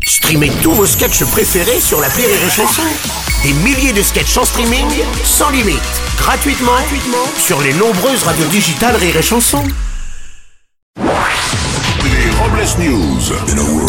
Streamez tous vos sketchs préférés sur l'appli Rire et Chanson. Des milliers de sketchs en streaming, sans limite, gratuitement sur les nombreuses radios digitales Rire et Chanson. Les Robles News.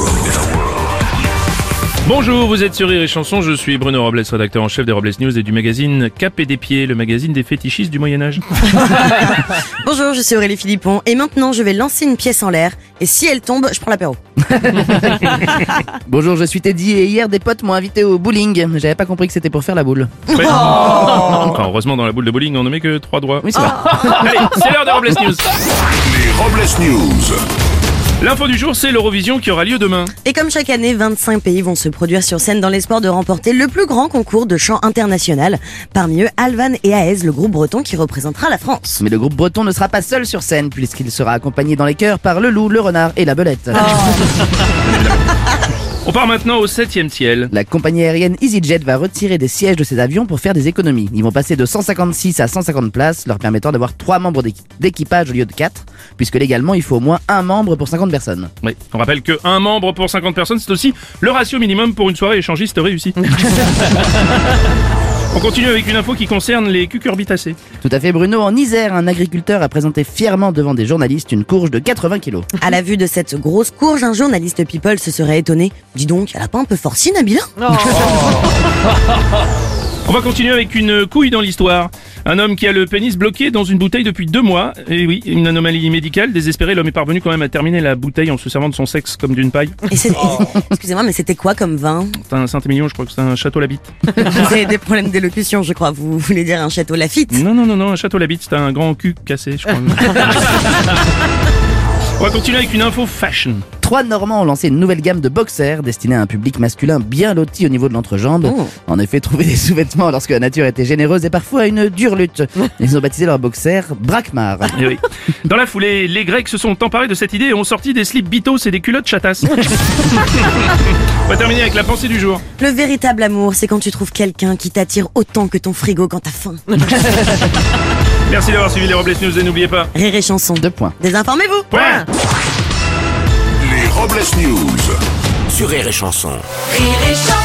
Bonjour, vous êtes sur Rire et Chanson, je suis Bruno Robles, rédacteur en chef des Robles News et du magazine Cap et des Pieds, le magazine des fétichistes du Moyen-Âge. Bonjour, je suis Aurélie Philippon et maintenant je vais lancer une pièce en l'air et si elle tombe, je prends l'apéro. Bonjour, je suis Teddy et hier des potes m'ont invité au bowling. J'avais pas compris que c'était pour faire la boule. Ouais. Enfin, heureusement dans la boule de bowling on ne met que 3 doigts. Oui, c'est vrai. Allez, c'est l'heure des Robles News. Les Robles News. L'info du jour, c'est l'Eurovision qui aura lieu demain. Et comme chaque année, 25 pays vont se produire sur scène dans l'espoir de remporter le plus grand concours de chant international. Parmi eux, Alvan et Aez, le groupe breton qui représentera la France. Mais le groupe breton ne sera pas seul sur scène puisqu'il sera accompagné dans les chœurs par le loup, le renard et la belette. On part maintenant au 7e ciel. La compagnie aérienne EasyJet va retirer des sièges de ses avions pour faire des économies. Ils vont passer de 156 à 150 places, leur permettant d'avoir 3 membres d'équipage au lieu de 4, puisque légalement il faut au moins un membre pour 50 personnes. Oui, on rappelle que un membre pour 50 personnes, c'est aussi le ratio minimum pour une soirée échangiste réussie. On continue avec une info qui concerne les cucurbitacées. Tout à fait, Bruno. En Isère, un agriculteur a présenté fièrement devant des journalistes une courge de 80 kilos. À la vue de cette grosse courge, un journaliste People se serait étonné. Dis donc, elle a pas un peu forci, Nabila ? On va continuer avec une couille dans l'histoire. Un homme qui a le pénis bloqué dans une bouteille depuis 2 mois. Et oui, une anomalie médicale. Désespéré, l'homme est parvenu quand même à terminer la bouteille en se servant de son sexe comme d'une paille. Et excusez-moi, mais c'était quoi comme vin ? C'est un Saint-Émilion, je crois que c'est un château Labitte. Vous avez des problèmes d'élocution, je crois. Vous voulez dire un château Lafite ? Non, un château Labitte, c'est un grand cul cassé, je crois. On va continuer avec une info fashion. 3 Normands ont lancé une nouvelle gamme de boxers destinée à un public masculin bien loti au niveau de l'entrejambe. Oh. En effet, trouver des sous-vêtements lorsque la nature était généreuse est parfois une dure lutte. Ils ont baptisé leurs boxers Brakmar. Et oui. Dans la foulée, les Grecs se sont emparés de cette idée et ont sorti des slips bitos et des culottes chatasses. On va terminer avec la pensée du jour. Le véritable amour, c'est quand tu trouves quelqu'un qui t'attire autant que ton frigo quand t'as faim. Merci d'avoir suivi les Robles News et n'oubliez pas... Rire et Chanson. 2 points. Désinformez-vous. Point. Les Robles News. Sur Rire et Chanson. Rire et Chanson.